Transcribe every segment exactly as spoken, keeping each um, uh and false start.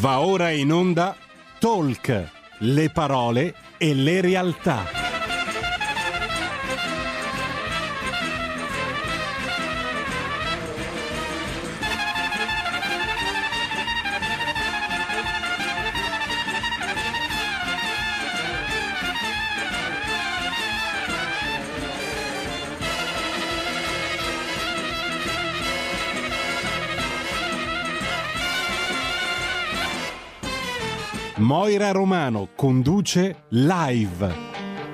Va ora in onda Talk, le parole e le realtà. Moira Romano conduce Live.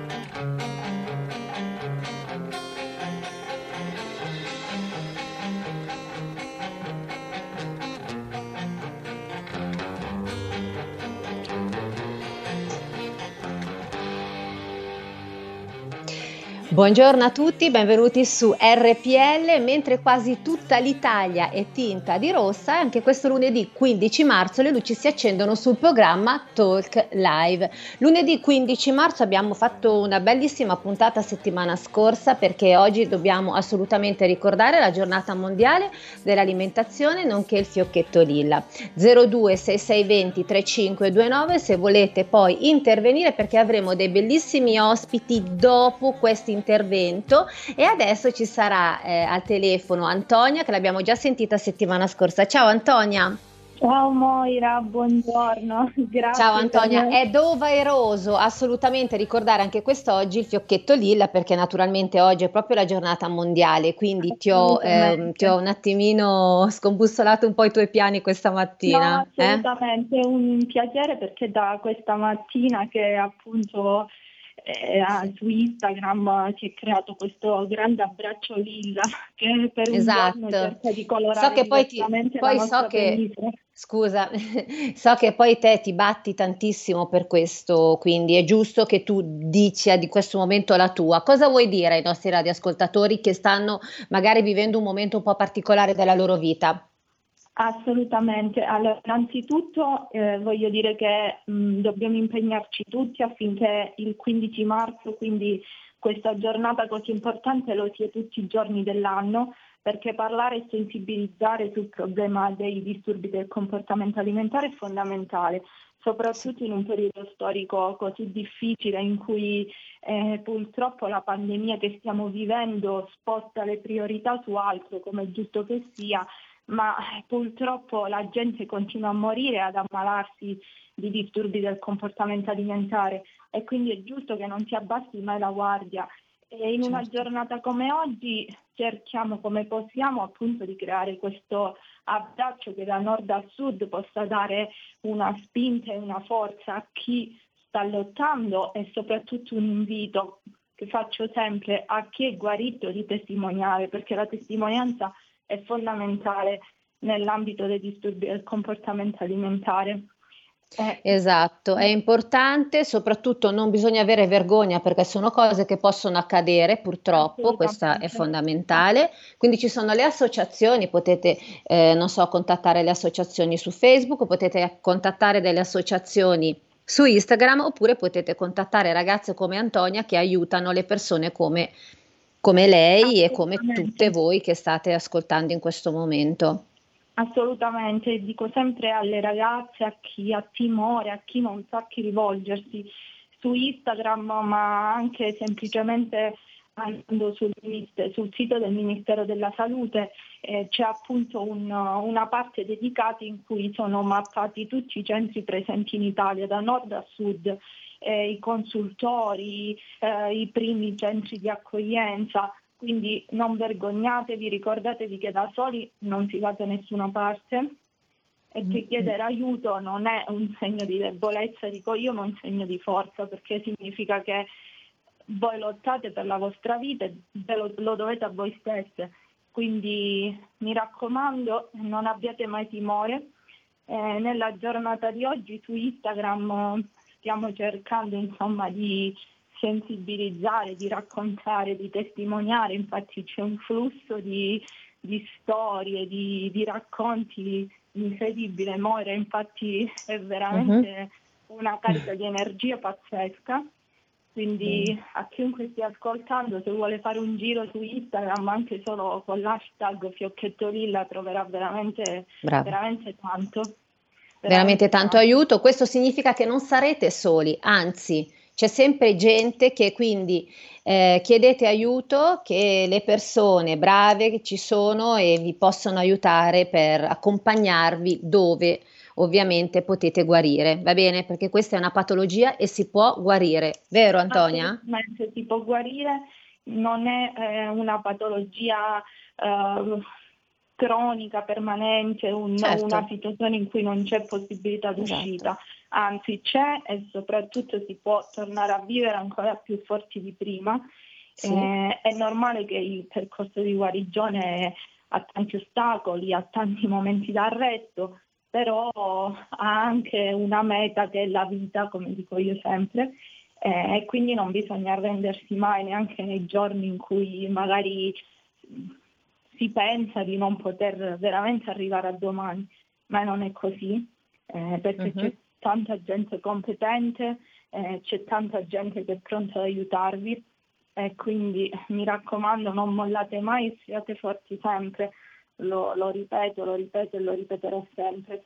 Buongiorno a tutti, benvenuti su R P L. Mentre quasi tutta l'Italia è tinta di rossa, anche questo lunedì quindici marzo le luci si accendono sul programma Talk Live. Lunedì quindici marzo abbiamo fatto una bellissima puntata settimana scorsa, perché oggi dobbiamo assolutamente ricordare la giornata mondiale dell'alimentazione nonché il fiocchetto lilla. zero due sei sei due zero tre cinque due nove se volete poi intervenire, perché avremo dei bellissimi ospiti dopo questi intervento. E adesso ci sarà eh, al telefono Antonia, che l'abbiamo già sentita settimana scorsa. Ciao Antonia. Ciao Moira, buongiorno. Grazie. Ciao Antonia, è doveroso assolutamente ricordare anche quest'oggi il fiocchetto lilla, perché naturalmente oggi è proprio la giornata mondiale, quindi ti ho, eh, ti ho un attimino scombussolato un po' i tuoi piani questa mattina. No, assolutamente, eh? È un piacere, perché da questa mattina che appunto Eh, su Instagram si è creato questo grande abbraccio lilla che per un esatto. giorno cerca di colorare so che poi ti, poi la so che pellicola. Scusa, so che poi te ti batti tantissimo per questo, quindi è giusto che tu dici di questo momento la tua. Cosa vuoi dire ai nostri radioascoltatori che stanno magari vivendo un momento un po' particolare della loro vita? Assolutamente, allora innanzitutto eh, voglio dire che mh, dobbiamo impegnarci tutti affinché il quindici marzo, quindi questa giornata così importante, lo sia tutti i giorni dell'anno, perché parlare e sensibilizzare sul problema dei disturbi del comportamento alimentare è fondamentale, soprattutto in un periodo storico così difficile in cui eh, purtroppo la pandemia che stiamo vivendo sposta le priorità su altro, come è giusto che sia, ma purtroppo la gente continua a morire, ad ammalarsi di disturbi del comportamento alimentare, e quindi è giusto che non si abbassi mai la guardia. E in una giornata come oggi cerchiamo come possiamo appunto di creare questo abbraccio che da nord a sud possa dare una spinta e una forza a chi sta lottando, e soprattutto un invito che faccio sempre a chi è guarito di testimoniare, perché la testimonianza è fondamentale nell'ambito dei disturbi del comportamento alimentare. Eh. Esatto, è importante, soprattutto non bisogna avere vergogna, perché sono cose che possono accadere purtroppo, questa è fondamentale. Quindi ci sono le associazioni, potete eh, non so, contattare le associazioni su Facebook, potete contattare delle associazioni su Instagram, oppure potete contattare ragazze come Antonia che aiutano le persone come come lei e come tutte voi che state ascoltando in questo momento. Assolutamente, dico sempre alle ragazze, a chi ha timore, a chi non sa a chi rivolgersi su Instagram, ma anche semplicemente andando sul, sul sito del Ministero della Salute, eh, c'è appunto un, una parte dedicata in cui sono mappati tutti i centri presenti in Italia, da nord a sud, eh, i consultori, eh, i primi centri di accoglienza. Quindi non vergognatevi, ricordatevi che da soli non si va da nessuna parte e che chiedere aiuto non è un segno di debolezza, dico io, ma un segno di forza, perché significa che voi lottate per la vostra vita e lo, lo dovete a voi stesse. Quindi mi raccomando, non abbiate mai timore. Eh, nella giornata di oggi su Instagram stiamo cercando insomma di sensibilizzare, di raccontare, di testimoniare, infatti c'è un flusso di, di storie, di, di racconti incredibile. Moira infatti è veramente uh-huh. una carica di energia pazzesca, quindi uh-huh. a chiunque stia ascoltando, se vuole fare un giro su Instagram anche solo con l'hashtag fiocchetto lilla troverà veramente, veramente tanto. veramente tanto aiuto. Questo significa che non sarete soli, anzi c'è sempre gente che quindi eh, chiedete aiuto, che le persone brave che ci sono e vi possono aiutare per accompagnarvi dove ovviamente potete guarire, va bene? Perché questa è una patologia e si può guarire, vero Antonia? Assolutamente, si può guarire, non è eh, una patologia eh, cronica, permanente, un, Certo. una situazione in cui non c'è possibilità d'uscita, Esatto. anzi c'è, e soprattutto si può tornare a vivere ancora più forti di prima. Sì. Eh, è normale che il percorso di guarigione ha tanti ostacoli, ha tanti momenti d'arresto, però ha anche una meta che è la vita, come dico io sempre, eh, e quindi non bisogna arrendersi mai, neanche nei giorni in cui magari si pensa di non poter veramente arrivare a domani, ma non è così, eh, perché Mhm. c'è tanta gente competente, eh, c'è tanta gente che è pronta ad aiutarvi, e quindi mi raccomando, non mollate mai, siate forti sempre, lo, lo ripeto, lo ripeto e lo ripeterò sempre.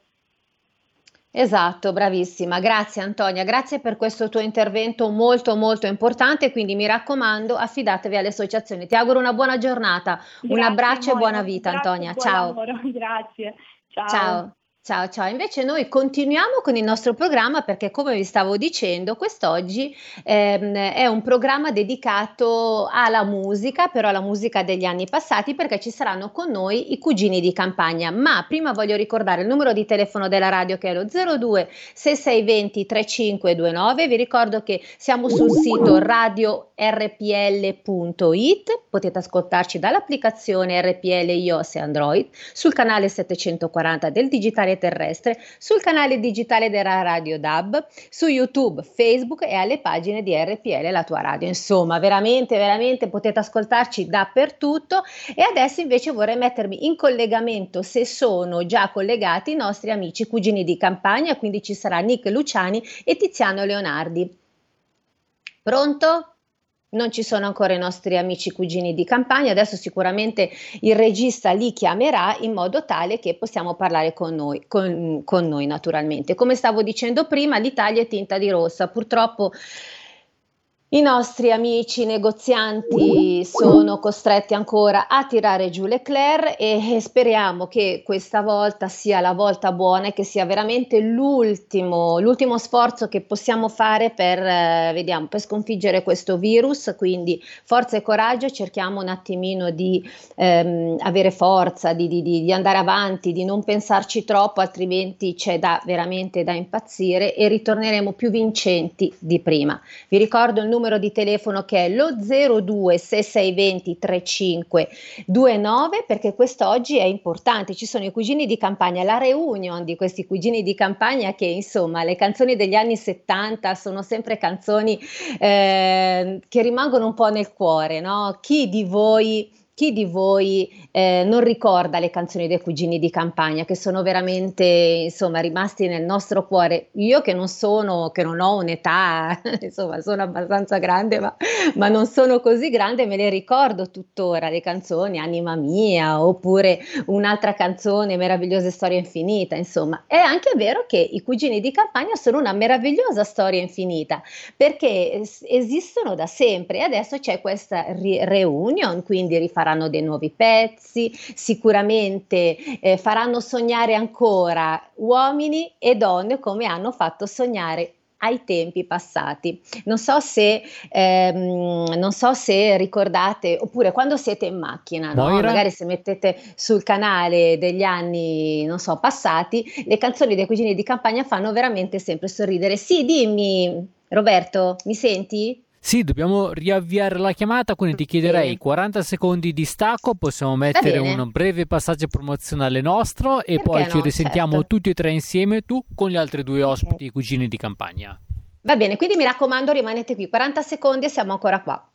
Esatto, bravissima. Grazie Antonia, grazie per questo tuo intervento molto molto importante, quindi mi raccomando, affidatevi alle associazioni. Ti auguro una buona giornata, un Grazie, abbraccio e Moira, buona vita grazie, Antonia. buon Ciao. lavoro, grazie, ciao. Ciao, ciao, ciao. Invece noi continuiamo con il nostro programma perché, come vi stavo dicendo, quest'oggi ehm, è un programma dedicato alla musica, però alla musica degli anni passati, perché ci saranno con noi i cugini di campagna. Ma prima voglio ricordare il numero di telefono della radio, che è lo zero due sei sei due zero tre cinque due nove. Vi ricordo che siamo sul sito radio R P L punto it, potete ascoltarci dall'applicazione R P L iOS e Android, sul canale settecentoquaranta del digitale terrestre, sul canale digitale della Radio D A B, su YouTube, Facebook e alle pagine di R P L, la tua radio. Insomma, veramente, veramente potete ascoltarci dappertutto. E adesso invece vorrei mettermi in collegamento, se sono già collegati, i nostri amici cugini di campagna, quindi ci sarà Nick Luciani e Tiziano Leonardi. Pronto? Non ci sono ancora i nostri amici cugini di campagna, adesso sicuramente il regista li chiamerà in modo tale che possiamo parlare con noi, con, con noi naturalmente. Come stavo dicendo prima, l'Italia è tinta di rossa, purtroppo i nostri amici negozianti sono costretti ancora a tirare giù Leclerc e speriamo che questa volta sia la volta buona e che sia veramente l'ultimo, l'ultimo sforzo che possiamo fare per, eh, vediamo, per sconfiggere questo virus. Quindi forza e coraggio, cerchiamo un attimino di ehm, avere forza, di, di, di andare avanti, di non pensarci troppo, altrimenti c'è da, veramente da impazzire e ritorneremo più vincenti di prima. Vi ricordo il numero di telefono che è lo zero due sei sei due zero tre cinque due nove, perché quest'oggi è importante, ci sono i cugini di campagna, la reunion di questi cugini di campagna che insomma le canzoni degli anni settanta sono sempre canzoni eh, che rimangono un po' nel cuore, no? Chi di voi Chi di voi eh, non ricorda le canzoni dei cugini di campagna, che sono veramente, insomma, rimasti nel nostro cuore? Io che non sono, che non ho un'età, insomma, sono abbastanza grande, ma, ma non sono così grande, me le ricordo tuttora, le canzoni Anima Mia, oppure un'altra canzone, Meravigliosa Storia Infinita, insomma. È anche vero che i cugini di campagna sono una meravigliosa storia infinita, perché esistono da sempre e adesso c'è questa re- reunion, quindi rifaranno dei nuovi pezzi, sicuramente eh, faranno sognare ancora uomini e donne come hanno fatto sognare ai tempi passati. Non so se ehm, non so se ricordate, oppure quando siete in macchina, no? Magari se mettete sul canale degli anni, non so, passati, le canzoni dei cugini di campagna fanno veramente sempre sorridere. Sì, dimmi Roberto, mi senti? Sì, dobbiamo riavviare la chiamata, quindi ti chiederei bene. quaranta secondi di stacco, possiamo mettere un breve passaggio promozionale nostro e Perché poi no? ci risentiamo certo. tutti e tre insieme, tu con gli altri due ospiti, okay. cugini di campagna. Va bene, quindi mi raccomando rimanete qui, quaranta secondi e siamo ancora qua.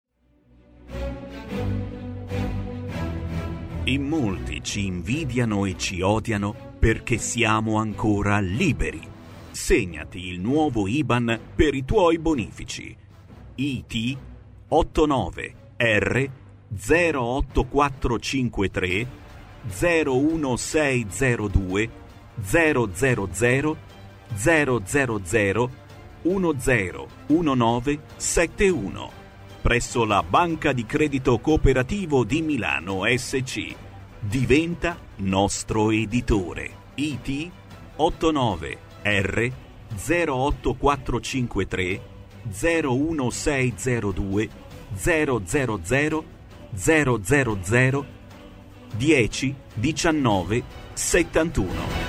In molti ci invidiano e ci odiano perché siamo ancora liberi. Segnati il nuovo I B A N per i tuoi bonifici. I T otto nove R zero otto quattro cinque tre zero uno sei zero due zero zero zero zero zero zero uno zero uno nove sette uno presso la Banca di Credito Cooperativo di Milano S C. Diventa nostro editore. I T ottantanove R zero otto quattro cinque tre zero uno sei zero due zero zero zero zero zero zero dieci diciannove settantuno.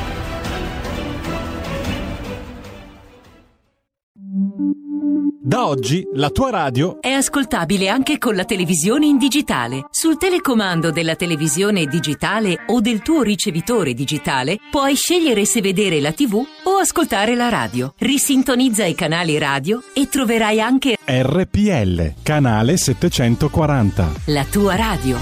Da oggi la tua radio è ascoltabile anche con la televisione in digitale. Sul telecomando della televisione digitale o del tuo ricevitore digitale puoi scegliere se vedere la tivù o ascoltare la radio. Risintonizza i canali radio e troverai anche R P L, canale settecentoquaranta. La tua radio.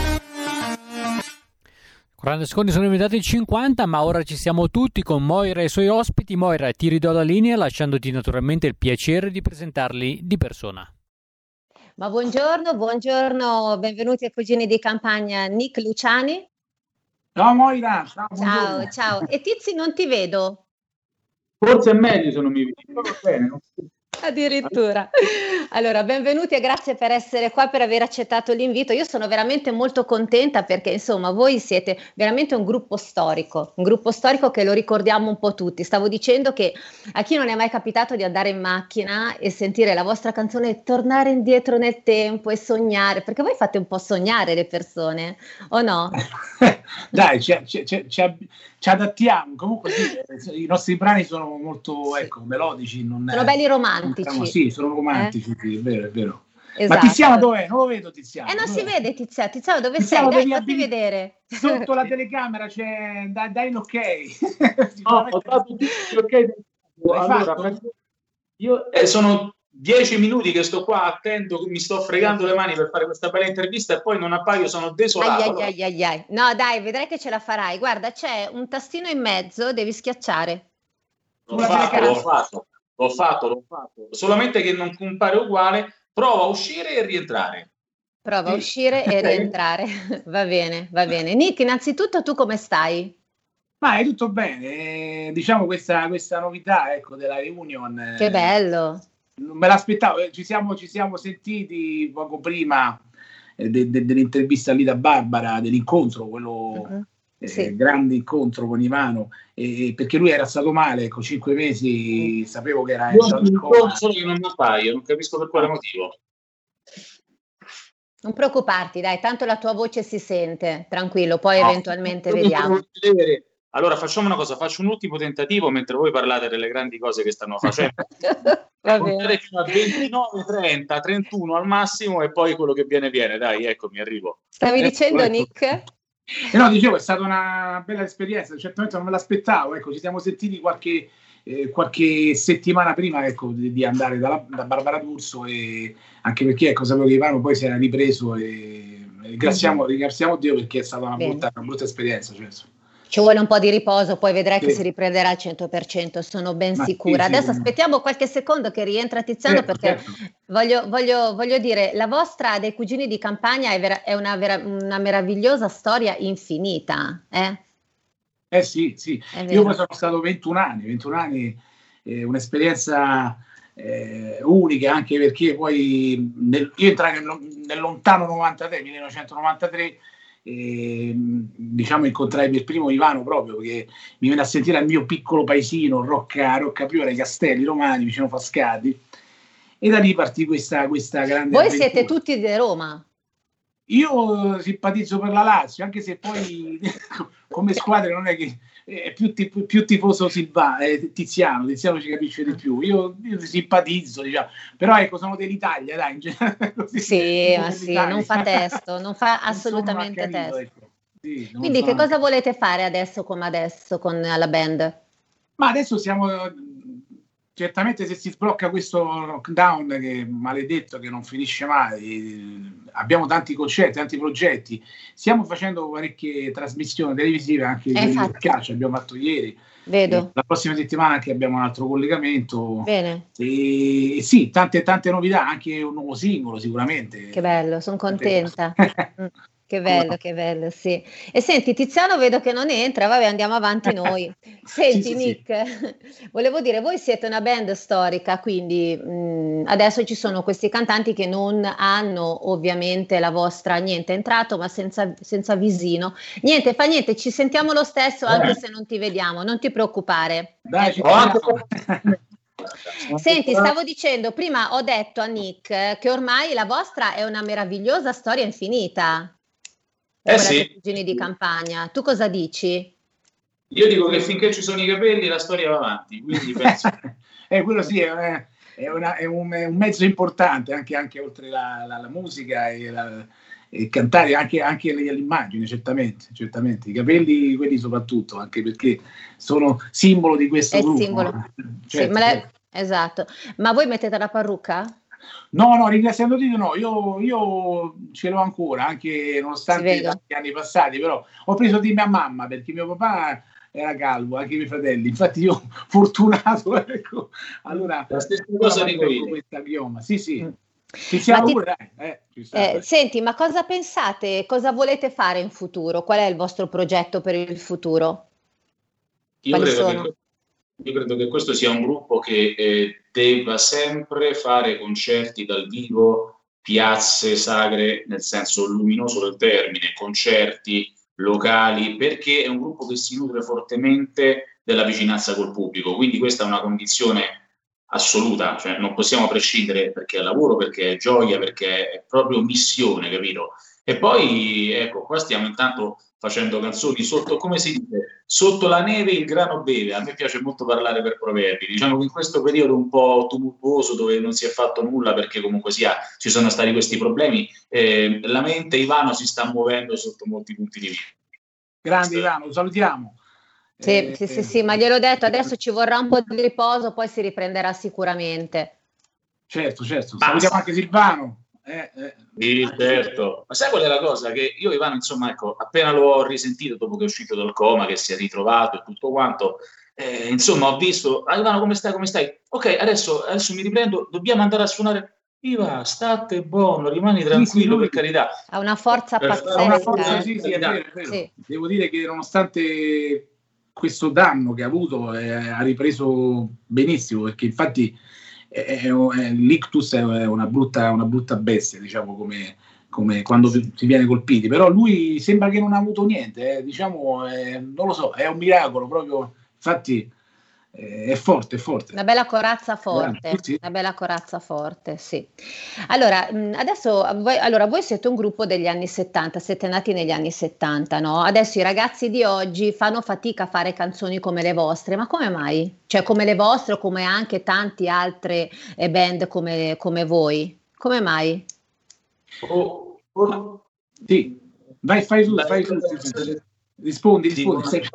quaranta secondi sono diventati cinquanta, ma ora ci siamo tutti con Moira e i suoi ospiti. Moira, ti ridò la linea lasciandoti naturalmente il piacere di presentarli di persona. Ma buongiorno, buongiorno, benvenuti ai Cugini di Campagna, Nick Luciani. Ciao Moira, ciao. Ciao, ciao. E Tizi non ti vedo. Forse è meglio se non mi vedi. Va bene, non si... Addirittura. Allora, benvenuti e grazie per essere qua, per aver accettato l'invito. Io sono veramente molto contenta perché insomma voi siete veramente un gruppo storico, un gruppo storico che lo ricordiamo un po' tutti. Stavo dicendo che a chi non è mai capitato di andare in macchina e sentire la vostra canzone e tornare indietro nel tempo e sognare, perché voi fate un po' sognare le persone, o no? Dai, ci, ci, ci, ci adattiamo. Comunque sì, i nostri brani sono molto ecco, melodici. Non sono è, belli romantici. Sì, sono romantici, eh? Sì, è vero, è vero. Esatto. Ma Tiziano dov'è? Non lo vedo Tiziano. Eh non dov'è? Si vede Tiziano, Tiziano dove Tiziano, sei? Dai, fatti abilit- vedere. Sotto la telecamera c'è, dai, dai l'ok. No, ho dato ok. Allora, io eh, sono dieci minuti che sto qua attento, mi sto fregando le mani per fare questa bella intervista e poi non appaio, sono desolato. Ai, ai, ai, ai. No dai, vedrai che ce la farai. Guarda, c'è un tastino in mezzo, devi schiacciare. L'ho fatto, l'ho fatto, l'ho fatto, l'ho fatto. Solamente che non compare uguale. Prova a uscire e rientrare. Prova a uscire e rientrare. Va bene, va bene. Nick, innanzitutto tu come stai? Ma è tutto bene. Eh, diciamo questa, questa novità ecco, della reunion. Eh, che bello. Non me l'aspettavo. Ci siamo, ci siamo sentiti poco prima eh, de, de, dell'intervista lì da Barbara, dell'incontro, quello uh-huh. eh, sì. grande incontro con Ivano, eh, perché lui era stato male, ecco, cinque mesi, sapevo che era stato in coma. Solo che non mi appaio, non capisco per quale motivo. Non preoccuparti, dai, tanto la tua voce si sente, tranquillo, poi no, eventualmente non vediamo. Allora facciamo una cosa, faccio un ultimo tentativo mentre voi parlate delle grandi cose che stanno facendo. Va bene. Fino a ventinove, trenta, trentuno al massimo e poi quello che viene viene, dai, eccomi, arrivo. Stavi eh, dicendo ecco. Nick? Eh no, dicevo, è stata una bella esperienza, certamente non me l'aspettavo, ecco, ci siamo sentiti qualche, eh, qualche settimana prima ecco, di, di andare dalla, da Barbara D'Urso, e anche perché ecco, sapevo che Ivano poi si era ripreso e ringraziamo, mm-hmm. ringraziamo Dio perché è stata una brutta, una brutta esperienza. Cioè. Ci vuole un po' di riposo, poi vedrai sì. che si riprenderà al cento per cento, sono ben Ma sicura. Sì, Adesso sì, aspettiamo qualche secondo che rientra Tiziano, certo, perché certo. Voglio, voglio, voglio dire, la vostra dei Cugini di Campagna è, vera, è una, vera, una meravigliosa storia infinita. Eh, eh sì, sì. Io poi sono stato ventuno anni, ventuno anni, eh, un'esperienza eh, unica, anche perché poi nel, io entrai nel, nel lontano novantatré, millenovecentonovantatré, E, diciamo incontrai per primo Ivano proprio perché mi venne a sentire al mio piccolo paesino Rocca, Rocca Priora, ai Castelli Romani vicino Frascati, e da lì partì questa, questa grande voi avventura. Siete tutti di Roma? Io simpatizzo per la Lazio, anche se poi come squadra non è che è più, tif- più tifoso Silva, eh, Tiziano, Tiziano ci capisce di più, io, io simpatizzo, diciamo, però ecco, sono dell'Italia, dai, in generale, così, sì, ma sì, non fa testo, non fa assolutamente non testo. Ecco. Sì, quindi che cosa volete fare adesso come adesso con la band? Ma adesso siamo, certamente se si sblocca questo lockdown che maledetto che non finisce mai, abbiamo tanti concerti, tanti progetti, stiamo facendo parecchie trasmissioni televisive anche eh, di calcio, abbiamo fatto ieri. Vedo. La prossima settimana anche abbiamo un altro collegamento. Bene. E sì, tante tante novità, anche un nuovo singolo sicuramente. Che bello, sono contenta. Che bello, che bello, sì. E senti, Tiziano vedo che non entra, vabbè, andiamo avanti noi. Senti, sì, sì, Nick, sì. Volevo dire, voi siete una band storica, quindi mh, adesso ci sono questi cantanti che non hanno ovviamente la vostra, niente, è entrato, ma senza, senza visino. Niente, fa niente, ci sentiamo lo stesso anche se non ti vediamo, non ti preoccupare. Dai, ci Senti, stavo dicendo, prima ho detto a Nick che ormai la vostra è una meravigliosa storia infinita. Eh sì. Cugini di campagna. Tu cosa dici? Io dico che finché ci sono i capelli la storia va avanti, quindi penso... eh, quello sì, è, una, è, una, è, un, è un mezzo importante, anche, anche oltre la, la, la musica e, la, e cantare, anche, anche l'immagine, certamente, certamente. I capelli, quelli soprattutto, anche perché sono simbolo di questo è gruppo. Simbolo. Certo, sì, ma certo. Le... Esatto. Ma voi mettete la parrucca? No, no, ringraziando Dio no, io, io ce l'ho ancora, anche nonostante i tanti anni passati, però ho preso di mia mamma, perché mio papà era calvo, anche i miei fratelli, infatti io fortunato, ecco, allora la stessa cosa dico io. Questa chioma. Sì, sì, mm. ci siamo ti... pure, dai. Eh, ci sta, eh, dai. Senti, ma cosa pensate, cosa volete fare in futuro? Qual è il vostro progetto per il futuro? Io credo che... Io credo che questo sia un gruppo che eh, debba sempre fare concerti dal vivo, piazze sacre, nel senso luminoso del termine, concerti locali, perché è un gruppo che si nutre fortemente della vicinanza col pubblico, quindi questa è una condizione assoluta, cioè non possiamo prescindere, perché è lavoro, perché è gioia, perché è proprio missione, capito? E poi, ecco, qua stiamo intanto facendo canzoni sotto, come si dice, sotto la neve il grano beve. A me piace molto parlare per proverbi. Diciamo che in questo periodo un po' tumultuoso, dove non si è fatto nulla perché comunque sia ci sono stati questi problemi, eh, la mente Ivano si sta muovendo sotto molti punti di vista. Grande Ivano, lo salutiamo. Sì, eh, sì, sì, sì, ma gliel'ho detto, adesso ci vorrà un po' di riposo, poi si riprenderà sicuramente. Certo, certo, salutiamo anche Silvano. Eh, eh. Sì, certo. Ma sai qual è la cosa? Che io Ivano, insomma, ecco, appena l'ho risentito dopo che è uscito dal coma, che si è ritrovato e tutto quanto, eh, insomma, ho visto, ah, Ivano, come stai, come stai? Ok, adesso, adesso mi riprendo, dobbiamo andare a suonare. Iva, state buono, rimani tranquillo, sì, sì, per carità. Ha una forza per pazzesca. Una forza, sì, sì, è vero, è vero. Sì. Devo dire che nonostante questo danno che ha avuto, eh, ha ripreso benissimo, perché infatti è, è, è, l'ictus è una brutta, una brutta bestia, diciamo, come, come quando si viene colpiti, però lui sembra che non ha avuto niente, eh, diciamo, eh, non lo so, è un miracolo proprio, infatti eh, è forte, è forte. Una bella corazza forte, sì, sì. Una bella corazza forte, sì. Allora, adesso voi, allora, voi siete un gruppo degli anni settanta, siete nati negli anni settanta, no? Adesso i ragazzi di oggi fanno fatica a fare canzoni come le vostre, ma come mai? Cioè come le vostre o come anche tanti altre eh, band come, come voi? Come mai? Oh, oh. Sì, vai, fai tu, fai tu. Rispondi, rispondi. Sì,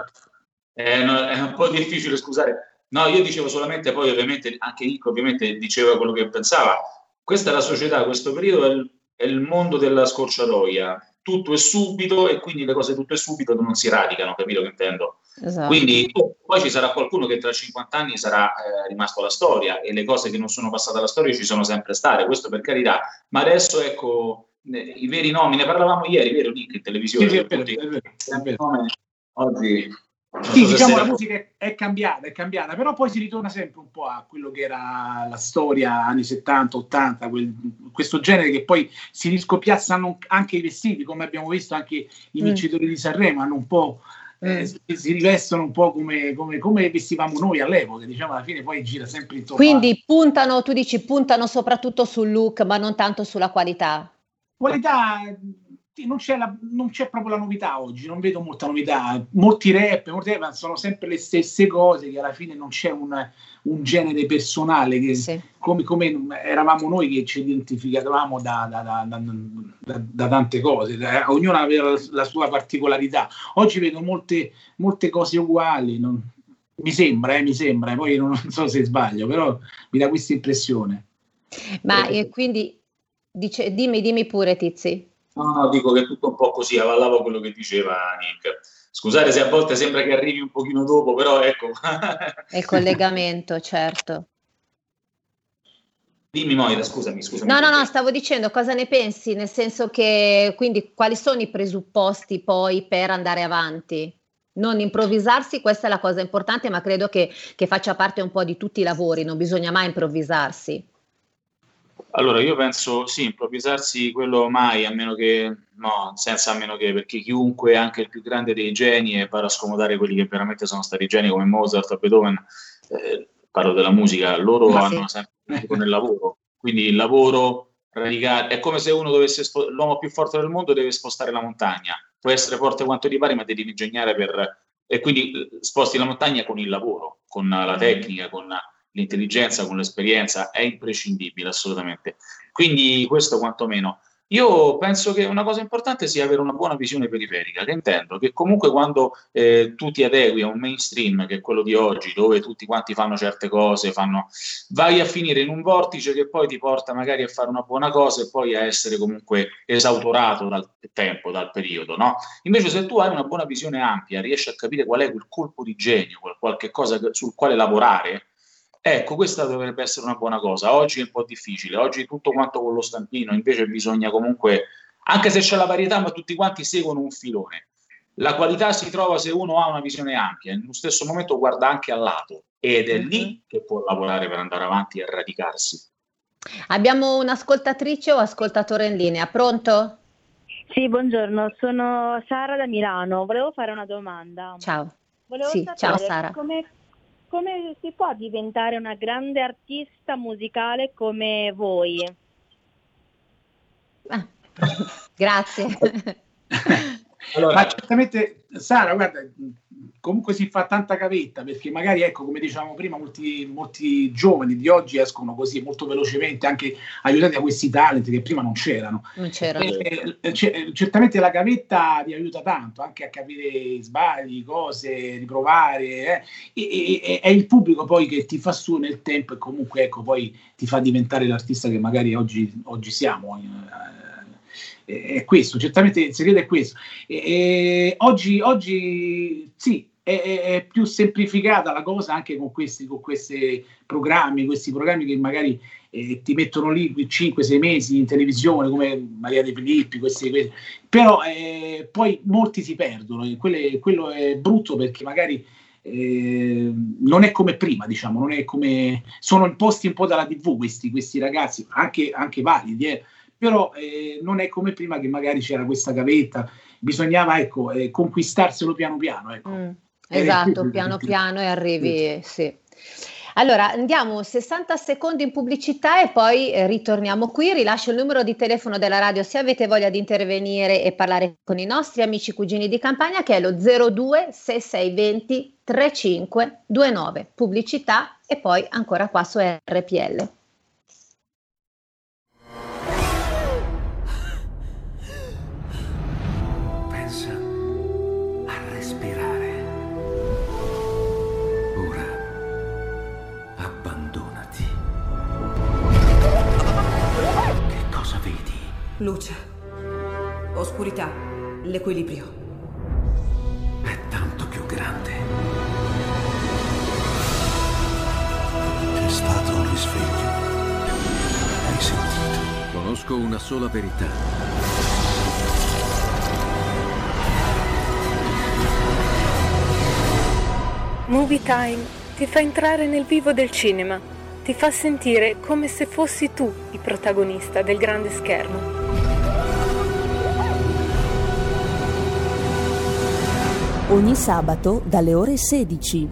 è, no, è un po' difficile, scusare. No, io dicevo solamente, poi ovviamente anche Nico ovviamente diceva quello che pensava. Questa è la società, questo periodo è il, è il mondo della scorciatoia. Tutto è subito e quindi le cose tutto è subito non si radicano, capito che intendo? Esatto. Quindi oh, poi ci sarà qualcuno che tra cinquanta anni sarà eh, rimasto alla storia e le cose che non sono passate alla storia ci sono sempre state, questo per carità. Ma adesso ecco, eh, i veri nomi, ne parlavamo ieri, vero Nick, in televisione? Sì, sì, è vero, è vero, è vero. Oggi... Sì, diciamo la musica è, è cambiata, è cambiata, però poi si ritorna sempre un po' a quello che era la storia anni settanta, ottanta, quel, questo genere che poi si riscopiazzano anche i vestiti, come abbiamo visto anche i vincitori mm. di Sanremo, hanno un po', eh, si, si rivestono un po' come, come, come vestivamo noi all'epoca, diciamo alla fine poi gira sempre intorno. Quindi puntano, tu dici puntano soprattutto sul look, ma non tanto sulla qualità. Qualità... Non c'è, la, non c'è proprio la novità oggi, non vedo molta novità, molti rap, molti rap sono sempre le stesse cose, che alla fine non c'è un, un genere personale che sì. come, come eravamo noi che ci identificavamo da, da, da, da, da, da tante cose, da, ognuno aveva la, la sua particolarità. Oggi vedo molte, molte cose uguali, non, mi sembra, eh, mi sembra, poi non, non so se sbaglio, però mi dà questa impressione. Ma eh, quindi dice, dimmi, dimmi pure Tizi. No, no, dico che è tutto un po' così, avallavo quello che diceva Nick. Scusate se a volte sembra che arrivi un pochino dopo, però ecco. È il collegamento, certo. Dimmi Moira, scusami, scusami. No, no, no, stavo dicendo cosa ne pensi, nel senso che quindi quali sono i presupposti poi per andare avanti? Non improvvisarsi, questa è la cosa importante, ma credo che, che faccia parte un po' di tutti i lavori, non bisogna mai improvvisarsi. Allora, io penso sì, improvvisarsi quello mai, a meno che, no, senza a meno che, perché chiunque, anche il più grande dei geni, e vado a scomodare quelli che veramente sono stati geni come Mozart o Beethoven, eh, parlo della musica, loro ma hanno sì. sempre nel lavoro, quindi il lavoro radicale, è come se uno dovesse, spo- l'uomo più forte del mondo deve spostare la montagna, può essere forte quanto ti pare, ma devi ingegnare per, e quindi sposti la montagna con il lavoro, con la tecnica, con l'intelligenza, con l'esperienza, è imprescindibile assolutamente, quindi questo quantomeno. Io penso che una cosa importante sia avere una buona visione periferica, che intendo che comunque quando eh, tu ti adegui a un mainstream che è quello di oggi, dove tutti quanti fanno certe cose, fanno, vai a finire in un vortice che poi ti porta magari a fare una buona cosa e poi a essere comunque esautorato dal tempo, dal periodo, no? Invece se tu hai una buona visione ampia, riesci a capire qual è quel colpo di genio, quel qualche cosa sul quale lavorare, ecco, questa dovrebbe essere una buona cosa. Oggi è un po' difficile, oggi tutto quanto con lo stampino, invece bisogna comunque, anche se c'è la varietà, ma tutti quanti seguono un filone. La qualità si trova se uno ha una visione ampia, in un stesso momento guarda anche al lato, ed è lì che può lavorare per andare avanti e radicarsi. Abbiamo un'ascoltatrice o ascoltatore in linea, pronto? Sì, buongiorno, sono Sara da Milano, volevo fare una domanda. Ciao. Volevo sì, ciao Sara. Come... Come si può diventare una grande artista musicale come voi? Ah, grazie. Allora, ma certamente, Sara, guarda, comunque si fa tanta gavetta, perché magari, ecco, come dicevamo prima, molti, molti giovani di oggi escono così molto velocemente, anche aiutati da questi talent che prima non c'erano. Non c'erano. Eh, eh, c- certamente la gavetta ti aiuta tanto, anche a capire sbagli, cose, riprovare, eh. e, e, è il pubblico poi che ti fa su nel tempo e comunque, ecco, poi ti fa diventare l'artista che magari oggi, oggi siamo. Eh, è questo, certamente il segreto è questo. E, e, oggi, oggi sì, è, è più semplificata la cosa anche con questi, con questi programmi, questi programmi che magari eh, ti mettono lì cinque sei mesi in televisione come Maria De Filippi, questi, questi. Però eh, poi molti si perdono, e quelle, quello è brutto perché magari eh, non è come prima, diciamo, non è come sono imposti un po' dalla tivù questi, questi ragazzi, anche, anche validi, eh. Però eh, non è come prima che magari c'era questa gavetta, bisognava, ecco, eh, conquistarselo piano piano. Ecco. Mm, esatto, piano piano e arrivi, sì. Allora, andiamo sessanta secondi in pubblicità e poi eh, ritorniamo qui. Rilascio il numero di telefono della radio se avete voglia di intervenire e parlare con i nostri amici cugini di campagna, che è lo zero due sei sei due zero tre cinque due nove. Pubblicità e poi ancora qua su R P L. Luce, oscurità, l'equilibrio. È tanto più grande. È stato un risveglio. Hai sentito? Conosco una sola verità. Movie Time ti fa entrare nel vivo del cinema, ti fa sentire come se fossi tu il protagonista del grande schermo. Ogni sabato dalle ore sedici.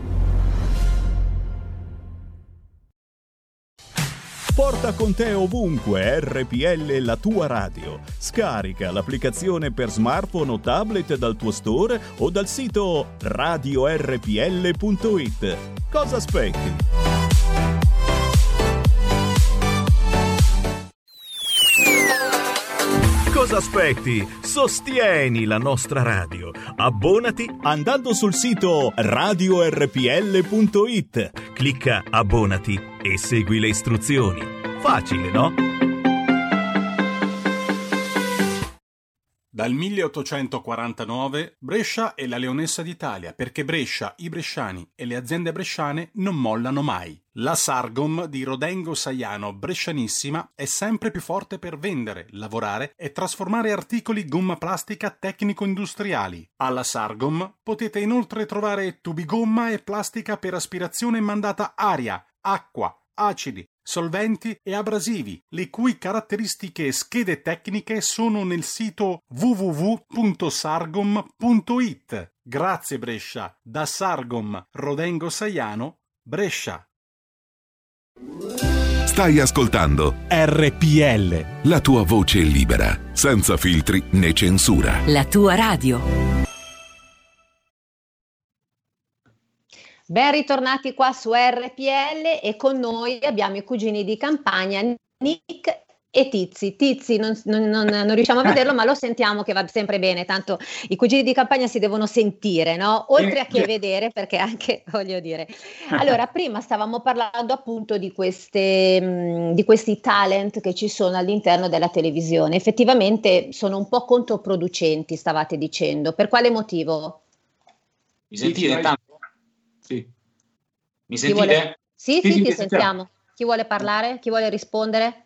Porta con te ovunque R P L, la tua radio. Scarica l'applicazione per smartphone o tablet dal tuo store o dal sito radio R P L punto it. Cosa aspetti? Cosa aspetti? Sostieni la nostra radio. Abbonati andando sul sito radio R P L punto it. Clicca abbonati e segui le istruzioni. Facile, no? Dal milleottocentoquarantanove Brescia è la leonessa d'Italia, perché Brescia, i bresciani e le aziende bresciane non mollano mai. La Sargom di Rodengo Saiano, brescianissima, è sempre più forte per vendere, lavorare e trasformare articoli gomma plastica tecnico-industriali. Alla Sargom potete inoltre trovare tubi gomma e plastica per aspirazione mandata aria, acqua, acidi, solventi e abrasivi, le cui caratteristiche e schede tecniche sono nel sito w w w punto sargom punto i t. Grazie Brescia, da Sargom Rodengo Saiano, Brescia. Stai ascoltando R P L, la tua voce libera, senza filtri né censura. La tua radio. Ben ritornati qua su R P L e con noi abbiamo i cugini di campagna Nick e Tizi. Tizi non, non, non, non riusciamo a vederlo, ma lo sentiamo che va sempre bene, tanto i cugini di campagna si devono sentire, no? Oltre a che vedere, perché anche, voglio dire. Allora, prima stavamo parlando appunto di, queste, di questi talent che ci sono all'interno della televisione. Effettivamente sono un po' controproducenti, stavate dicendo. Per quale motivo? Mi sentite intanto? Sì. Mi sentite? Vuole... Sì, sì, sì, ti sentiamo. Chi vuole parlare? Chi vuole rispondere?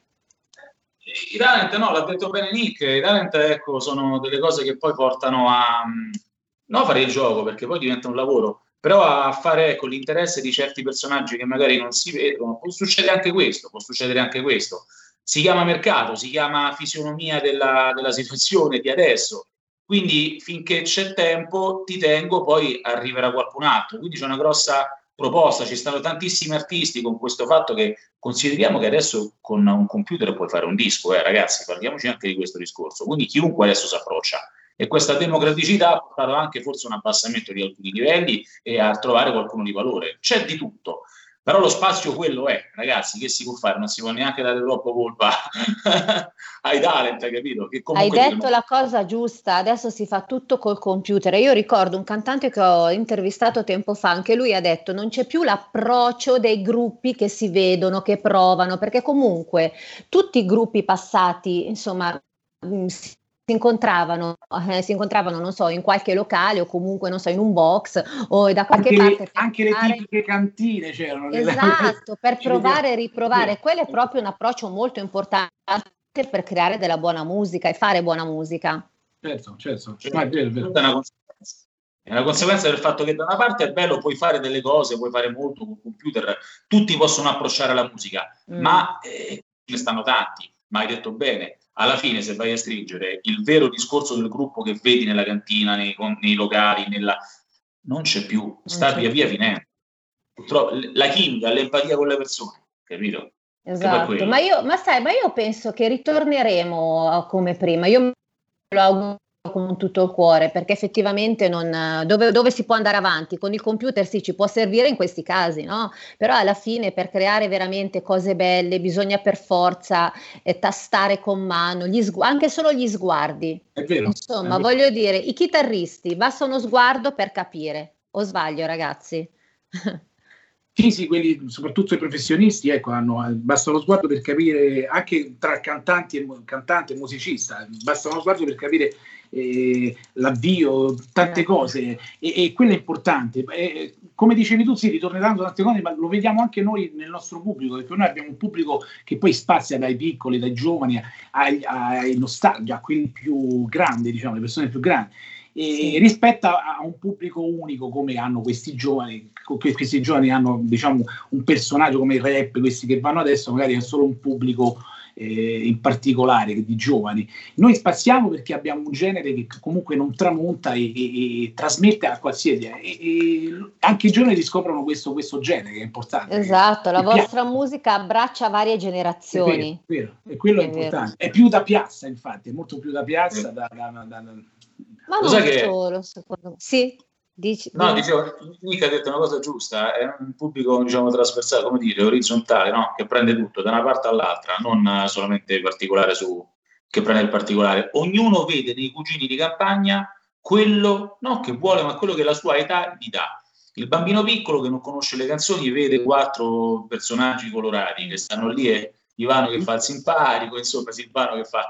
I talent, no, l'ha detto bene Nick, i talent, ecco, sono delle cose che poi portano a non a fare il gioco, perché poi diventa un lavoro, però a fare, ecco, l'interesse di certi personaggi che magari non si vedono. Può succedere anche questo, può succedere anche questo. Si chiama mercato, si chiama fisionomia della, della situazione di adesso. Quindi finché c'è tempo ti tengo, poi arriverà qualcun altro. Quindi c'è una grossa proposta, ci stanno tantissimi artisti con questo fatto che consideriamo che adesso con un computer puoi fare un disco, eh, ragazzi, parliamoci anche di questo discorso. Quindi chiunque adesso si approccia. E questa democraticità ha portato anche forse un abbassamento di alcuni livelli e a trovare qualcuno di valore. C'è di tutto. Però lo spazio quello è, ragazzi, che si può fare? Non si può neanche dare troppo colpa ai talent, capito? Che Hai detto dicono... la cosa giusta, adesso si fa tutto col computer. Io ricordo un cantante che ho intervistato tempo fa, anche lui ha detto non c'è più l'approccio dei gruppi che si vedono, che provano, perché comunque tutti i gruppi passati, insomma, si si incontravano, eh, si incontravano, non so, in qualche locale o comunque, non so, in un box o da qualche anche, parte. Anche provare... le tipiche cantine c'erano. Esatto, per provare e riprovare. Sì. Quello è proprio un approccio molto importante per creare della buona musica e fare buona musica. Certo, certo. Cioè, ma è vero, è vero. È una conseguenza. È una conseguenza del fatto che da una parte è bello, puoi fare delle cose, puoi fare molto con il computer, tutti possono approcciare alla musica, mm. ma eh, ne stanno tanti, ma hai detto bene. Alla fine, se vai a stringere il vero discorso del gruppo che vedi nella cantina, nei, nei locali, nella... non c'è più, sta via via finendo. Purtroppo la chimica, l'empatia con le persone, capito? Esatto, ma io, ma sai, ma io penso che ritorneremo come prima. Io me lo auguro con tutto il cuore, perché effettivamente non, dove, dove si può andare avanti con il computer sì, ci può servire in questi casi, no? Però alla fine per creare veramente cose belle bisogna per forza eh, tastare con mano, gli sgu- anche solo gli sguardi. È vero. Insomma, è vero. Voglio dire, i chitarristi, basta uno sguardo per capire, o sbaglio ragazzi? Sì, sì, quelli, soprattutto i professionisti, ecco, hanno, basta uno sguardo per capire, anche tra cantanti e cantante e musicista, basta uno sguardo per capire eh, l'avvio, tante cose, e, e quello è importante. E, come dicevi tu, sì, ritorneranno tante cose, ma lo vediamo anche noi nel nostro pubblico, perché noi abbiamo un pubblico che poi spazia dai piccoli, dai giovani, ai, ai nostalgia, a quelli più grandi, diciamo, le persone più grandi. E sì. Rispetto a un pubblico unico come hanno questi giovani, questi giovani hanno, diciamo, un personaggio come il rap, questi che vanno adesso magari è solo un pubblico eh, in particolare di giovani. Noi spaziamo perché abbiamo un genere che comunque non tramonta e, e, e trasmette a qualsiasi e, e anche i giovani riscoprono questo, questo genere che è importante. Esatto, la vostra piazza. Musica abbraccia varie generazioni. È vero, è vero. E quello è, è importante. Vero. È più da piazza, infatti, è molto più da piazza. Da, da, da, da, Ma non che... solo, secondo me. Sì, dici. No, dicevo, Nick ha detto una cosa giusta, è un pubblico, diciamo, trasversale, come dire, orizzontale, no? Che prende tutto da una parte all'altra, non solamente particolare su che prende il particolare. Ognuno vede nei cugini di campagna quello, no, che vuole, ma quello che la sua età gli dà. Il bambino piccolo che non conosce le canzoni vede quattro personaggi colorati che stanno lì e Ivano che fa il simpatico, insomma, Silvano che fa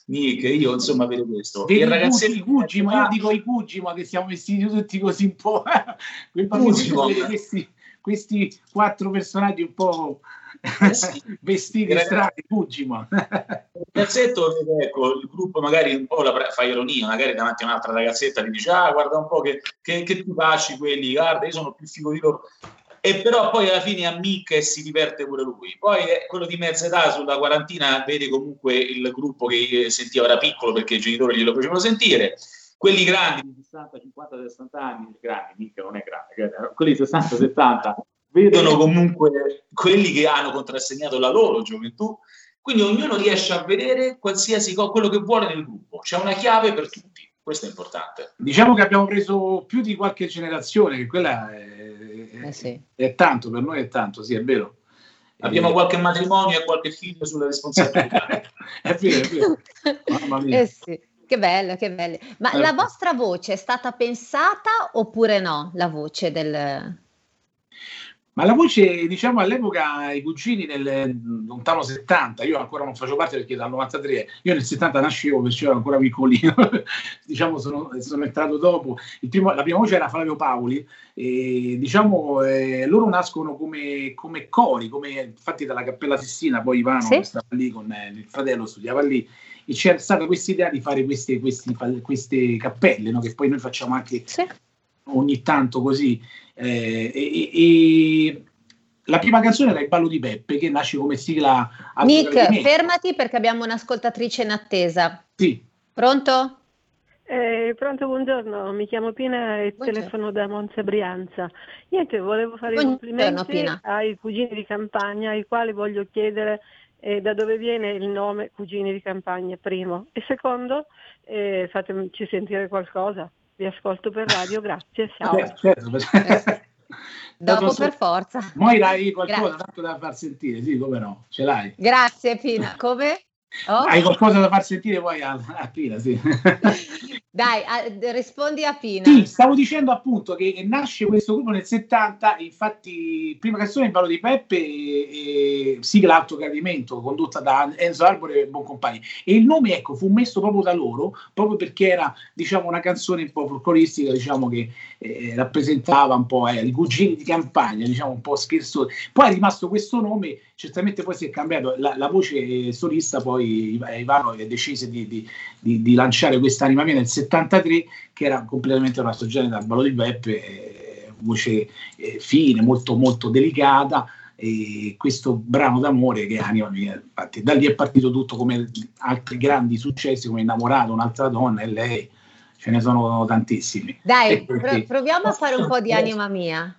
Nick, io insomma vedo questo. Vedi, il ragazzetto i Cugi, ma io dico i Cugi, ma che siamo vestiti tutti così un po'. Quel bambino vede questi, questi quattro personaggi un po' eh sì. vestiti strani, Cugi, ma. Il ragazzetto, ecco, il gruppo magari un po' la fa ironia, magari davanti a un'altra ragazzetta gli dice: ah, guarda un po' che, che, che tu facci quelli, guarda, io sono più figo di loro. E però poi alla fine ammicca e si diverte pure lui. Poi eh, quello di mezza età, sulla quarantina, vede comunque il gruppo che sentiva da piccolo perché i genitori glielo facevano sentire. Quelli grandi di sessanta, cinquanta, sessanta anni, grandi, mica non è grande, quelli di sessanta, settanta, vedono comunque quelli che hanno contrassegnato la loro gioventù. Quindi ognuno riesce a vedere qualsiasi cosa, quello che vuole nel gruppo. C'è una chiave per tutti. Questo è importante. Diciamo che abbiamo preso più di qualche generazione, che quella è, eh sì. è tanto, per noi è tanto, sì, è vero. Abbiamo eh, qualche matrimonio e qualche figlio sulla responsabilità. È vero, è vero. Mamma mia. Eh sì. Che bello, che bello. Ma eh. la vostra voce è stata pensata oppure no? La voce del... Ma la voce, diciamo, all'epoca i Cugini nel lontano settanta, io ancora non facevo parte perché dal novantatré, io nel settanta nascevo perché ero ancora piccolino, diciamo sono, sono entrato dopo. Il primo, la prima voce era Flavio Paoli, e diciamo eh, loro nascono come, come cori, come fatti dalla Cappella Sistina, poi Ivano sì? stava lì con eh, il fratello, studiava lì, e c'era stata questa idea di fare queste, questi, queste cappelle, no? Che poi noi facciamo anche sì. ogni tanto così. Eh, e, e la prima canzone era Il ballo di Beppe, che nasce come sigla. Nick, fermati perché abbiamo un'ascoltatrice in attesa. Sì. Pronto? Eh, pronto, buongiorno, mi chiamo Pina e buongiorno. Telefono da Monza Brianza. Niente, volevo fare i complimenti Pina. ai cugini di campagna, ai quali voglio chiedere eh, da dove viene il nome Cugini di Campagna, primo. E secondo, eh, fateci sentire qualcosa. Vi ascolto per radio, grazie, ciao. Beh, certo, eh, dopo per forza. Moira, hai qualcosa grazie. tanto da far sentire, sì, come no, ce l'hai. Grazie Pina, come? Oh. Hai qualcosa da far sentire poi a, a Pina, sì. Dai, a, rispondi a Pina. Sì, stavo dicendo appunto che nasce questo gruppo nel settanta, infatti prima canzone Il ballo di Beppe e, e sigla Alto Gradimento, condotta da Enzo Arbore e Boncompagni. E il nome, ecco, fu messo proprio da loro, proprio perché era, diciamo, una canzone un po' folcloristica, diciamo, che eh, rappresentava un po' eh, i cugini di campagna, diciamo, un po' scherzoso. Poi è rimasto questo nome, certamente poi si è cambiato, la, la voce solista, poi Ivano decise di, di, di, di lanciare questa Anima Mia nel settantatré, che era completamente una soggetto dal ballo di Beppe, eh, voce eh, fine, molto molto delicata, e questo brano d'amore che Anima Mia, infatti da lì è partito tutto, come altri grandi successi come Innamorato, Un'altra donna e Lei, ce ne sono tantissimi. Dai, pro- proviamo a fare un po' di Anima Mia.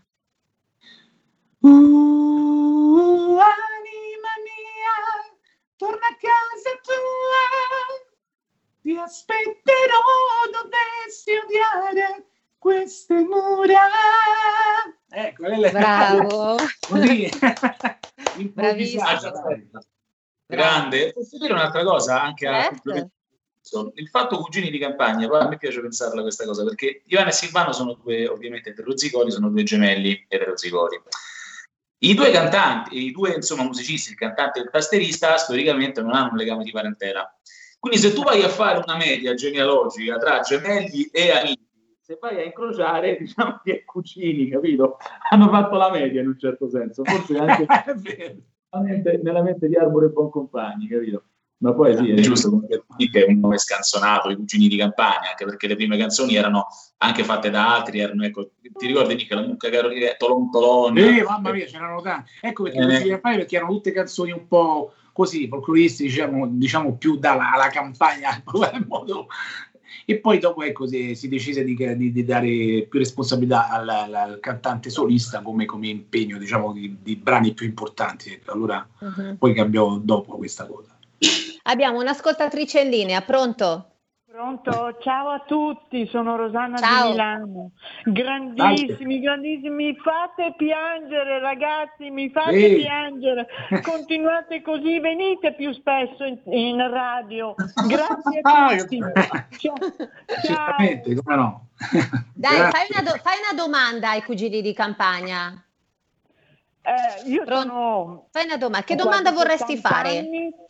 Uh, anima mia, torna a casa tua, ti aspetterò dovessi odiare queste mura. Ecco, lei bravo. Così. Bravissimo. Grande. Posso dire un'altra cosa anche a complemento? Il fatto Cugini di Campagna, poi a me piace pensarla questa cosa, perché Ivano e Silvano sono due, ovviamente eterozigoti, sono due gemelli eterozigoti. I due cantanti, i due insomma musicisti, il cantante e il tastierista, storicamente non hanno un legame di parentela. Quindi se tu vai a fare una media genealogica tra gemelli e amici, se vai a incrociare, diciamo che cugini, capito? Hanno fatto la media in un certo senso, forse anche nella mente, nella mente di Arbore e Boncompagni, capito? Ma poi sì, è giusto che è un nome scanzonato, i Cugini di Campagna, anche perché le prime canzoni erano anche fatte da altri, erano, ecco, ti ricordi Nick, la Mucca Carolina, Tolon Tolon? Eh, mamma mia, c'erano tanti. Ecco perché, eh. di Campagna, perché erano tutte canzoni un po' così, folcloristiche, diciamo, diciamo più dalla alla campagna, in modo. E poi dopo, ecco, si, si decise di, di, di dare più responsabilità al, al, al cantante solista come, come impegno, diciamo, di, di brani più importanti. Allora uh-huh. poi cambiò dopo questa cosa. Abbiamo un'ascoltatrice in linea, pronto? Pronto, ciao a tutti, sono Rosanna ciao. di Milano. Grandissimi, grandissimi, mi fate piangere ragazzi, mi fate Ehi. piangere. Continuate così, venite più spesso in, in radio. Grazie a tutti. Ciao. Certamente, come no. Dai, fai una, do- fai una domanda ai Cugini di Campagna. Eh, io sono... Fai una domanda, che domanda vorresti fare? Anni.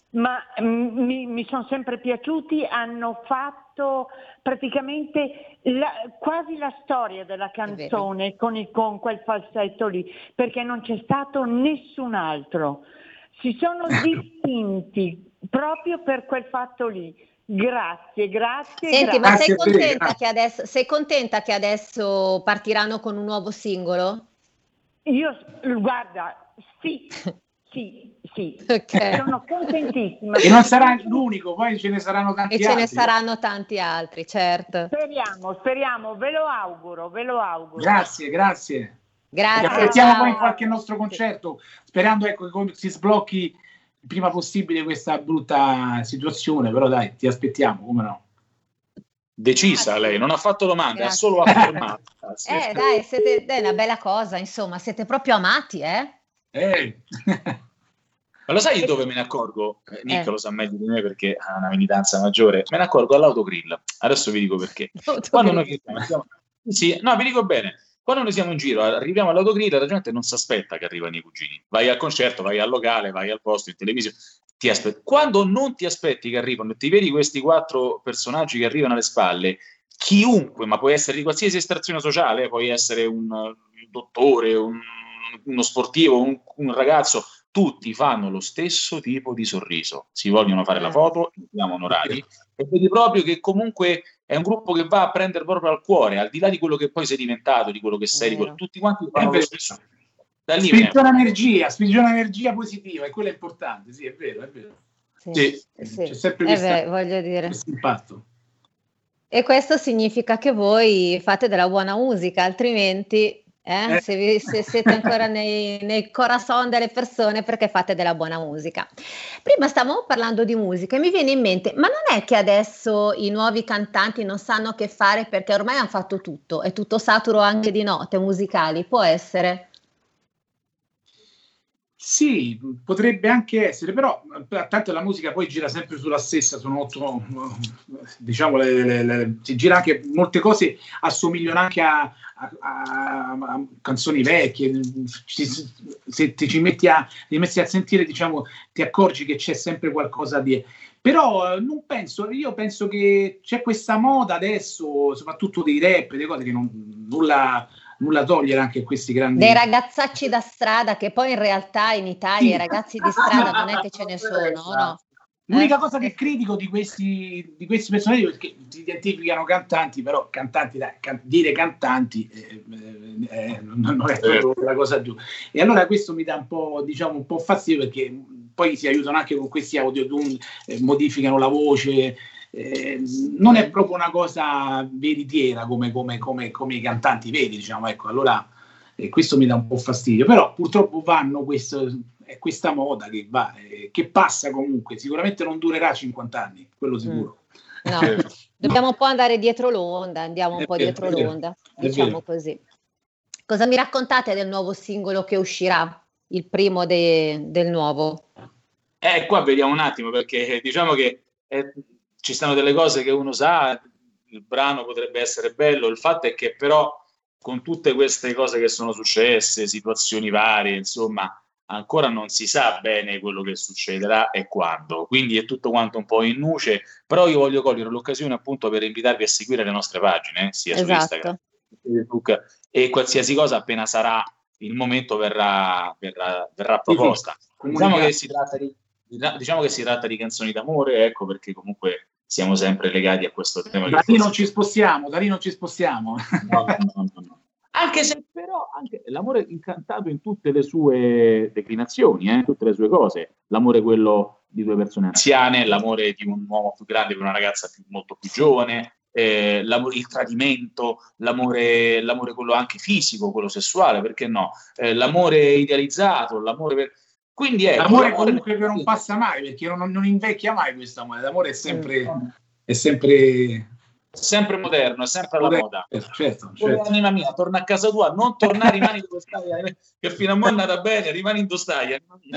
ma mm, mi, mi sono sempre piaciuti, hanno fatto praticamente la, quasi la storia della canzone con, il, con quel falsetto lì, perché non c'è stato nessun altro. Si sono distinti proprio per quel fatto lì. Grazie, grazie. Senti, grazie. ma sei contenta, che adesso, sei contenta che adesso partiranno con un nuovo singolo? Io, guarda, sì, sì, sì, okay. Sono contentissima. E non sarà l'unico, poi ce ne saranno tanti altri. E altri. ce ne saranno tanti altri, certo. Speriamo, speriamo, ve lo auguro, ve lo auguro. Grazie, grazie. Grazie. Ti aspettiamo poi in qualche nostro concerto, sperando ecco, che si sblocchi il prima possibile questa brutta situazione, però dai, ti aspettiamo, come no? Decisa lei, non ha fatto domande, ha solo affermato. Eh dai, siete, è una bella cosa, insomma, siete proprio amati, eh? Eh. Ma lo sai dove me ne accorgo? Nick eh. lo sa meglio di me perché ha una militanza maggiore. Me ne accorgo all'autogrill. Adesso vi dico perché. Quando noi siamo, sì, no, vi dico bene. Quando noi siamo in giro, arriviamo all'autogrill, la gente non si aspetta che arrivano i cugini. Vai al concerto, vai al locale, vai al posto, in televisione. Ti aspetti. Quando non ti aspetti che arrivano e ti vedi questi quattro personaggi che arrivano alle spalle, chiunque, ma può essere di qualsiasi estrazione sociale, puoi essere un, un dottore, un, uno sportivo, un, un ragazzo, tutti fanno lo stesso tipo di sorriso, si vogliono fare la foto, siamo onorati, e vedi proprio che comunque è un gruppo che va a prendere proprio al cuore, al di là di quello che poi sei diventato, di quello che sei, di quello, tutti quanti fanno lo stesso. Da lì spingiona energia, spingiona energia positiva, e quello è importante, sì, è vero, è vero. Sì, sì. Sì. C'è sempre eh questo, beh, voglio dire. questo impatto. E questo significa che voi fate della buona musica, altrimenti... Eh? Eh. Se, vi, se siete ancora nei, nei corazon delle persone, perché fate della buona musica. Prima stavamo parlando di musica e mi viene in mente, ma non è che adesso i nuovi cantanti non sanno che fare perché ormai hanno fatto tutto, è tutto saturo anche di note musicali, può essere? Sì, potrebbe anche essere, però tanto la musica poi gira sempre sulla stessa, sono otto, diciamo, le, le, le, si gira anche, molte cose assomigliano anche a, a, a, a canzoni vecchie, se ti ci metti a, ti metti a sentire, diciamo, ti accorgi che c'è sempre qualcosa di... Però non penso, io penso che c'è questa moda adesso, soprattutto dei rap, delle cose che non, nulla... nulla togliere anche a questi grandi... Dei ragazzacci da strada, che poi in realtà in Italia sì. I ragazzi di strada non è che ce ne sono, no? L'unica eh? cosa che critico di questi, di questi personaggi è che si identificano cantanti, però cantanti, dai, can- dire cantanti eh, eh, non è proprio la cosa giusta. E allora questo mi dà un po', diciamo, un po' fastidio, perché poi si aiutano anche con questi audiotune, eh, modificano la voce... Eh, non è proprio una cosa veritiera come, come, come, come i cantanti veri, diciamo, ecco, allora eh, questo mi dà un po' fastidio, però purtroppo vanno questo, è questa moda che va, eh, che passa comunque, sicuramente non durerà cinquanta anni, quello sicuro. Mm. No, dobbiamo un po' andare dietro l'onda, andiamo un è po' vero, dietro l'onda, diciamo così. Cosa mi raccontate del nuovo singolo che uscirà, il primo de, del nuovo? Eh, qua vediamo un attimo, perché diciamo che è, ci stanno delle cose che uno sa, il brano potrebbe essere bello, il fatto è che però con tutte queste cose che sono successe, situazioni varie, insomma, ancora non si sa bene quello che succederà e quando, quindi è tutto quanto un po' in nuce, però io voglio cogliere l'occasione appunto per invitarvi a seguire le nostre pagine, sia esatto. su Instagram, Facebook, e qualsiasi cosa appena sarà il momento verrà, verrà, verrà proposta. Diciamo che si tratta di Diciamo che si tratta di canzoni d'amore, ecco, perché comunque siamo sempre legati a questo tema. Da lì non ci spostiamo, da lì non ci spostiamo. No, no, no, no. Anche se però anche l'amore incantato in tutte le sue declinazioni, eh, tutte le sue cose. L'amore quello di due persone anziane, l'amore di un uomo più grande per una ragazza più, molto più giovane, eh, l'amore, il tradimento, l'amore, l'amore quello anche fisico, quello sessuale, perché no? Eh, l'amore idealizzato, l'amore per... Quindi è l'amore comunque che non passa mai, perché non, non invecchia mai questo amore, l'amore è sempre, è sempre... sempre moderno, è sempre alla moda. Certo, certo. Anima mia, torna a casa tua, non tornare, rimani dove stai, che fino a mo' è andata bene, rimani dove stai.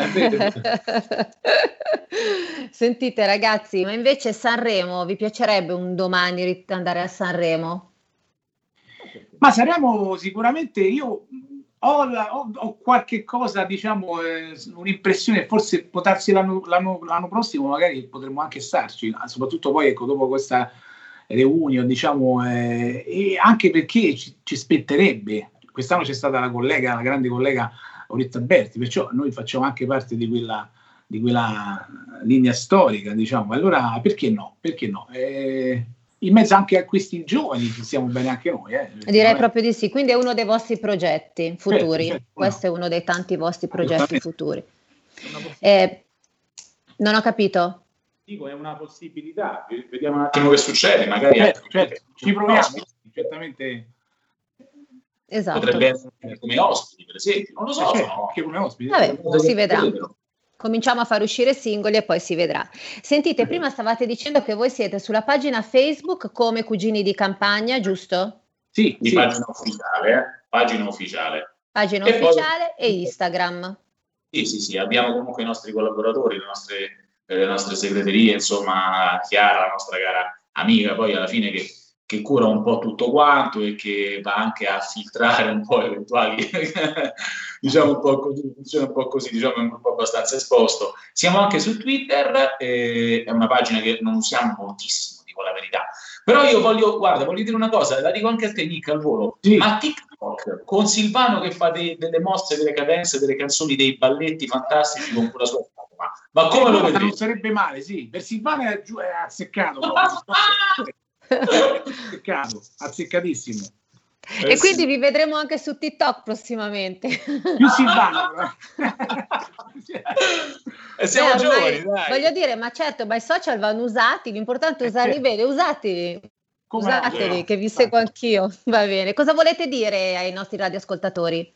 Sentite ragazzi, ma invece Sanremo, vi piacerebbe un domani andare a Sanremo? Ma saremo sicuramente, io ho, la, ho, ho qualche cosa, diciamo, eh, un'impressione, forse potarsi l'anno, l'anno, l'anno prossimo magari potremmo anche starci, soprattutto poi ecco dopo questa reunion, diciamo, eh, e anche perché ci, ci spetterebbe. Quest'anno c'è stata la collega, la grande collega Orietta Berti, perciò noi facciamo anche parte di quella, di quella linea storica, diciamo. Allora perché no? Perché no? Eh, in mezzo anche a questi giovani ci stiamo bene anche noi. Eh. Direi proprio di sì, quindi è uno dei vostri progetti futuri, certo, certo, questo no. È uno dei tanti vostri progetti futuri. Eh, non ho capito. Dico, è una possibilità, vediamo un attimo che succede, magari certo, anche certo. Ci proviamo, no, certamente. Esatto. Potrebbe essere come ospiti, per esempio, non lo so, certo, no. Come ospiti. Vabbè, si vedrà. Cominciamo a far uscire singoli e poi si vedrà. Sentite, prima stavate dicendo che voi siete sulla pagina Facebook come Cugini di Campagna, giusto? Sì, di sì. pagina ufficiale, eh? Pagina ufficiale. Pagina e ufficiale poi... e Instagram. Sì, sì, sì, abbiamo comunque i nostri collaboratori, le nostre, le nostre segreterie, insomma, Chiara, la nostra cara amica, poi alla fine che, che cura un po' tutto quanto e che va anche a filtrare un po' eventuali, diciamo un po' così, funziona un po' così, diciamo è un gruppo abbastanza esposto. Siamo anche su Twitter, eh, è una pagina che non usiamo moltissimo, dico la verità. Però io voglio, guarda, voglio dire una cosa, la dico anche a te, Nick, al volo, sì. Ma TikTok, con Silvano che fa dei, delle mosse, delle cadenze, delle canzoni, dei balletti fantastici con quella sua forma, ma come eh, lo vedete? Non sarebbe male, sì, per Silvano è, giù, è azzeccato, azzeccato, azzeccatissimo. E eh, quindi sì. Vi vedremo anche su TikTok prossimamente. Più Silvano, e siamo Beh, giovani, dai. Voglio dire, ma certo, ma i social vanno usati, l'importante è usarli bene, usateli, Come usateli, no? Che vi seguo anch'io, va bene. Cosa volete dire ai nostri radioascoltatori?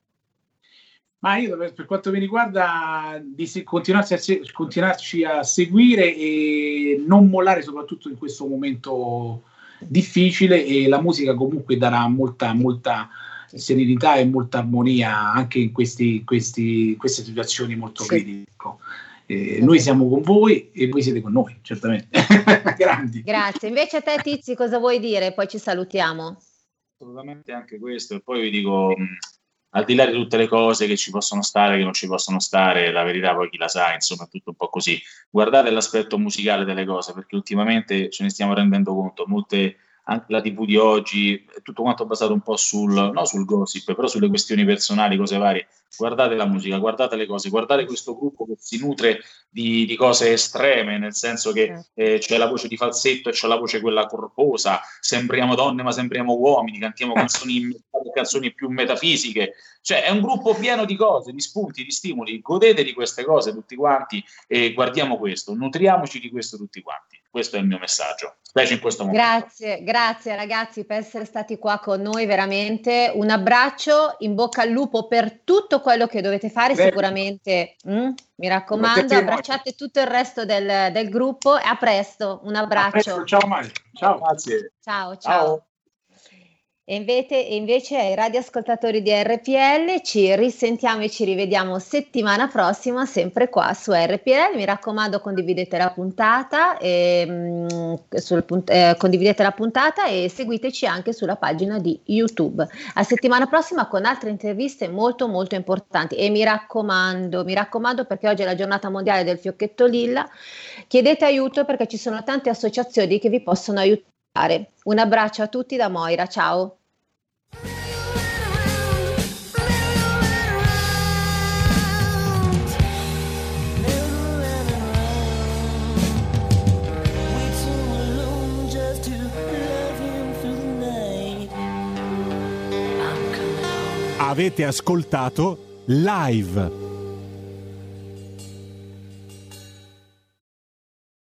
Ma io per, per quanto mi riguarda di se, continuarci, a se, continuarci a seguire e non mollare soprattutto in questo momento difficile, e la musica comunque darà molta molta serenità e molta armonia anche in questi, questi, queste situazioni molto sì. critiche. Eh, noi siamo con voi e voi siete con noi, certamente. Grandi. Grazie. Invece a te, Tizi, cosa vuoi dire? Poi ci salutiamo. Assolutamente anche questo. E poi vi dico, mh, al di là di tutte le cose che ci possono stare, che non ci possono stare, la verità poi chi la sa, insomma, è tutto un po' così. Guardate l'aspetto musicale delle cose, perché ultimamente ce ne stiamo rendendo conto, molte... anche la tivù di oggi, è tutto quanto basato un po' sul, no sul gossip, però sulle questioni personali, cose varie. Guardate la musica, guardate le cose, guardate questo gruppo che si nutre di, di cose estreme, nel senso che eh, c'è la voce di falsetto e c'è la voce quella corposa, sembriamo donne ma sembriamo uomini, cantiamo canzoni, canzoni più metafisiche, cioè è un gruppo pieno di cose, di spunti, di stimoli. Godete di queste cose tutti quanti e guardiamo questo, nutriamoci di questo tutti quanti. Questo è il mio messaggio, specie in questo momento. Grazie, grazie ragazzi per essere stati qua con noi, veramente un abbraccio, in bocca al lupo per tutto quello che dovete fare. Beh, sicuramente, mm, mi raccomando, abbracciate tutto il resto del, del gruppo e a presto, un abbraccio. Presto, ciao Mario, ciao. Grazie. Ciao, ciao. ciao. E invece, e invece ai radioascoltatori di R P L ci risentiamo e ci rivediamo settimana prossima sempre qua su R P L. Mi raccomando, condividete la puntata e, mh, sul, eh, condividete la puntata e seguiteci anche sulla pagina di YouTube. A settimana prossima con altre interviste molto molto importanti e mi raccomando, mi raccomando perché oggi è la giornata mondiale del fiocchetto lilla, chiedete aiuto perché ci sono tante associazioni che vi possono aiutare. Un abbraccio a tutti da Moira, ciao. Avete ascoltato Live.